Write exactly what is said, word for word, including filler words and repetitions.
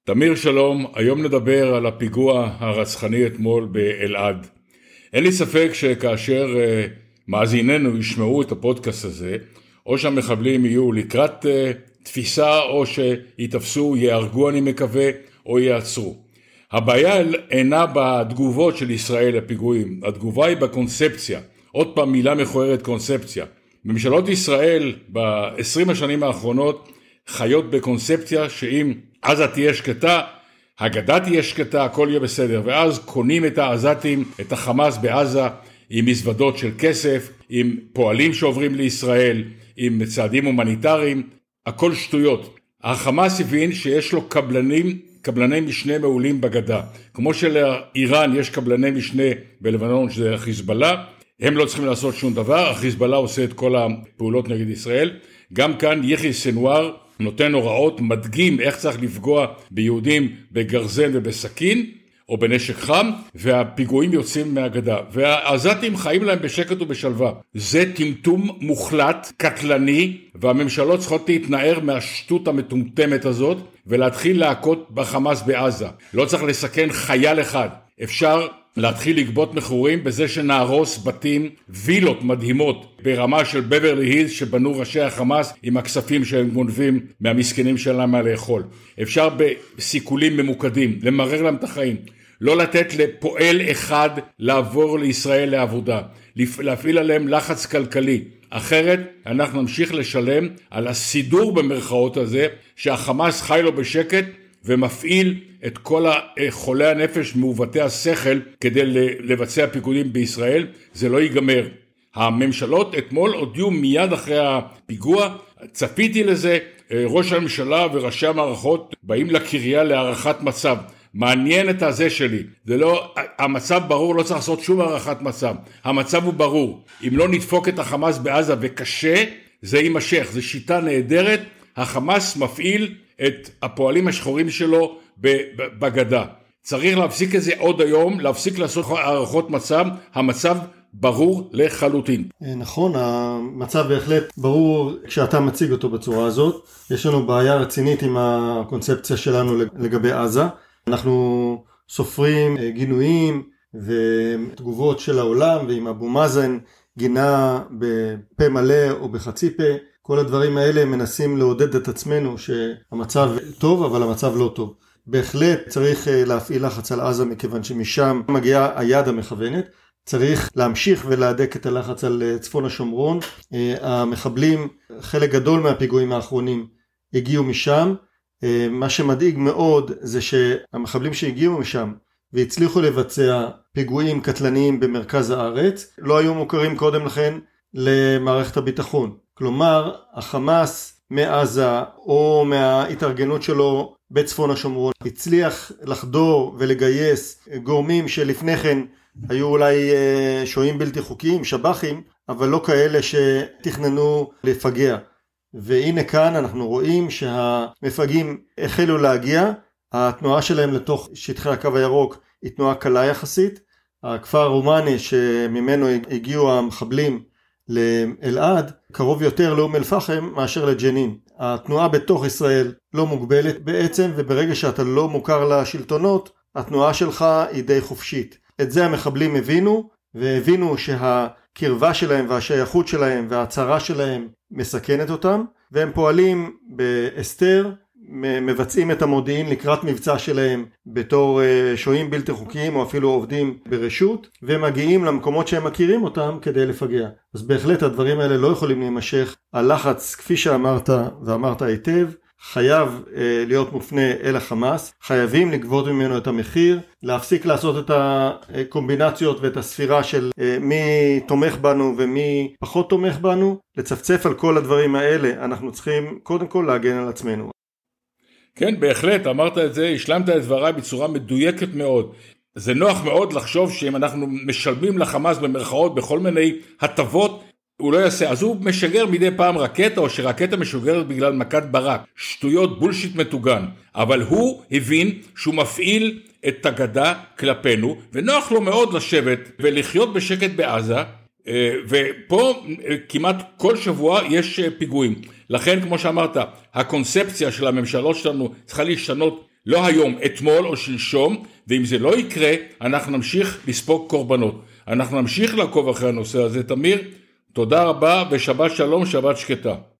תמיר שלום, היום נדבר על הפיגוע הרצחני אתמול באלעד. אין לי ספק שכאשר uh, מאזיננו ישמעו את הפודקאסט הזה, או שהמחבלים יהיו לקראת uh, תפיסה, או שיתפסו, יארגו אני מקווה, או יעצרו. הבעיה אינה בתגובות של ישראל לפיגועים, התגובה היא בקונספציה. עוד פעם מילה מכוערת, קונספציה. ממשלות ישראל ב-עשרים השנים האחרונות חיות בקונספציה שאם עזה תהיה שקטה, הגדה תהיה שקטה, הכל יהיה בסדר. ואז קונים את העזתים, את החמאס בעזה, עם מזוודות של כסף, עם פועלים שעוברים לישראל, עם צעדים הומניטריים, הכל שטויות. החמאס הבין שיש לו קבלנים, קבלני משנה מעולים בגדה. כמו שלאיראן יש קבלני משנה בלבנון, שזה החיזבאללה, הם לא צריכים לעשות שום דבר, החיזבאללה עושה את כל הפעולות נגד ישראל. גם כאן יחיא סנוואר נותן הוראות, מדגים איך צריך לפגוע ביהודים בגרזן ובסכין או בנשק חם, והפיגועים יוצאים מהגדה. והעזתים חיים להם בשקט ובשלווה. זה טמטום מוחלט, קטלני, והממשלות צריכות להתנער מהשטות המטומטמת הזאת, ולהתחיל להכות בחמאס בעזה. לא צריך לסכן חייל אחד. אפשר להתחיל לגבות מכורים בזה שנהרוס בתים, וילות מדהימות ברמה של בברלי הילס שבנו ראשי החמאס עם הכספים שהם גונבים מהמסכנים שלהם מה לאכול. אפשר בסיכולים ממוקדים למרר להם את החיים. לא לתת לפועל אחד לעבור לישראל לעבודה, להפעיל עליהם לחץ כלכלי. אחרת אנחנו נמשיך לשלם על הסידור במרכאות הזה שהחמאס חי לו בשקט ומפעיל את כל חולי הנפש מעוותי השכל כדי לבצע פיגועים בישראל. זה לא ייגמר. הממשלות אתמול הודיעו מיד אחרי הפיגוע, צפיתי לזה, ראש הממשלה וראשי המערכות באים לקריה להערכת מצב. מעניין את הזה שלי, זה לא, המצב ברור, לא צריך לעשות שום הערכת מצב. המצב הוא ברור. אם לא נדפוק את החמאס בעזה וקשה, זה יימשך. זה שיטה נהדרת. החמאס מפעיל את הפועלים השחורים שלו בגדה. צריך להפסיק את זה עוד היום, להפסיק לעשות הערכות מצב, המצב ברור לחלוטין. נכון, המצב בהחלט ברור כשאתה מציג אותו בצורה הזאת. יש לנו בעיה רצינית עם הקונספציה שלנו לגבי עזה. אנחנו סופרים גינויים ותגובות של העולם, ועם אבו מאזן גינה בפה מלא או בחצי פה. כל הדברים האלה מנסים לעודד את עצמנו שהמצב טוב, אבל המצב לא טוב. בהחלט צריך להפעיל לחץ על עזה, מכיוון שמשם מגיעה היד המכוונת. צריך להמשיך ולהדק את הלחץ על צפון השומרון. המחבלים, חלק גדול מהפיגועים האחרונים הגיעו משם. מה שמדאיג מאוד זה שהמחבלים שהגיעו משם והצליחו לבצע פיגועים קטלניים במרכז הארץ, לא היו מוכרים קודם לכן למערכת הביטחון. כלומר, החמאס מעזה או מההתארגנות שלו בצפון השומרון הצליח לחדור ולגייס גורמים שלפני כן היו אולי שוהים בלתי חוקיים, שב"חים, אבל לא כאלה שתכננו לפגע. והנה כאן אנחנו רואים שהמפגעים החלו להגיע, התנועה שלהם לתוך שטחי הקו הירוק היא תנועה קלה יחסית. הכפר רומני שממנו הגיעו המחבלים לאלעד קרוב יותר לאום אל פחם מאשר לג'נין. התנועה בתוך ישראל לא מוגבלת בעצם, וברגע שאתה לא מוכר לשלטונות התנועה שלך היא די חופשית. את זה המחבלים הבינו, והבינו שהקרבה שלהם והשייכות שלהם וההצהרה שלהם מסכנת אותם, והם פועלים בהסתר, מבצעים את המודיעין לקראת מבצע שלהם בתור שוהים בלתי חוקיים או אפילו עובדים ברשות, ומגיעים למקומות שהם מכירים אותם כדי לפגע. אז בהחלט הדברים האלה לא יכולים להימשך. הלחץ, כפי שאמרת ואמרת היטב, חייב להיות מופנה אל החמאס, חייבים לגבות ממנו את המחיר, להפסיק לעשות את הקומבינציות ואת הספירה של מי תומך בנו ומי פחות תומך בנו, לצפצף על כל הדברים האלה. אנחנו צריכים קודם כל להגן על עצמנו. כן, בהחלט, אמרת את זה, השלמת את דבריי בצורה מדויקת מאוד. זה נוח מאוד לחשוב שאם אנחנו משלמים לחמאס במרכאות בכל מיני הטבות, הוא לא יעשה. אז הוא משגר מדי פעם רקטה, או שרקטה משוגרת בגלל מכת ברק. שטויות, בולשיט מטוגן. אבל הוא הבין שהוא מפעיל את הגדה כלפינו, ונוח לו מאוד לשבת ולחיות בשקט בעזה, ופה כמעט כל שבוע יש פיגועים. לכן, כמו שאמרת, הקונספציה של הממשלות שלנו צריכה להשתנות לא היום, אתמול או שלשום, ואם זה לא יקרה, אנחנו נמשיך לספוג קורבנות. אנחנו נמשיך לעקוב אחרי הנושא הזה. תמיר, תודה רבה ושבת שלום, שבת שקטה.